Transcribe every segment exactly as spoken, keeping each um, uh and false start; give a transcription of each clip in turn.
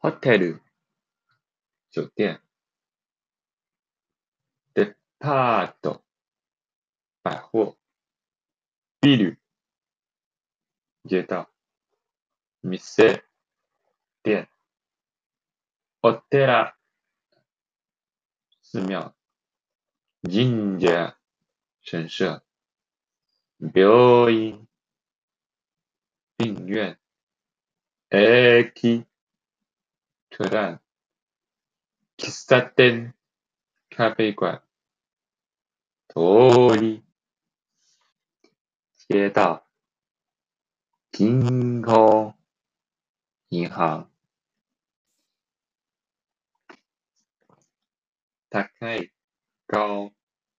hotel 酒店。depart 百货。ビル街道。店店。お寺寺庙。神社神社。病院病院。駅车站。喫茶店咖啡馆。通り街道。銀行銀行。高い高。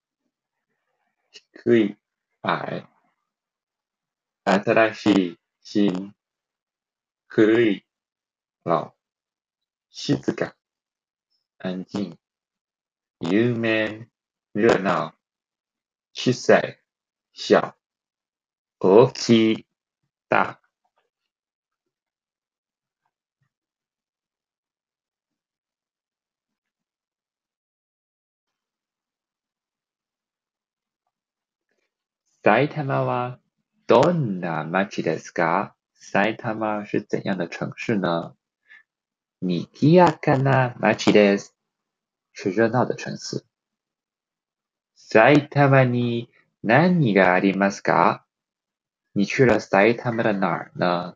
低い矮。新しい新。古い老。静か安静。有名热闹。小さい小。大きい大。埼玉はどんな町ですか？埼玉是怎样的城市呢？にぎやかな町です。是热闹的城市。埼玉に何がありますか？你去了埼玉的哪儿呢？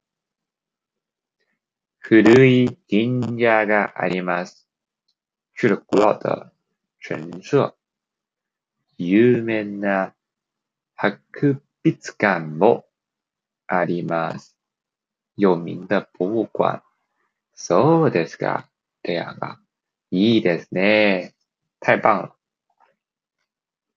古い神社があります。去了古老的神社。有名な博物館もあります。有名的博物館。そうですか。这样啊。いいですね。太棒了。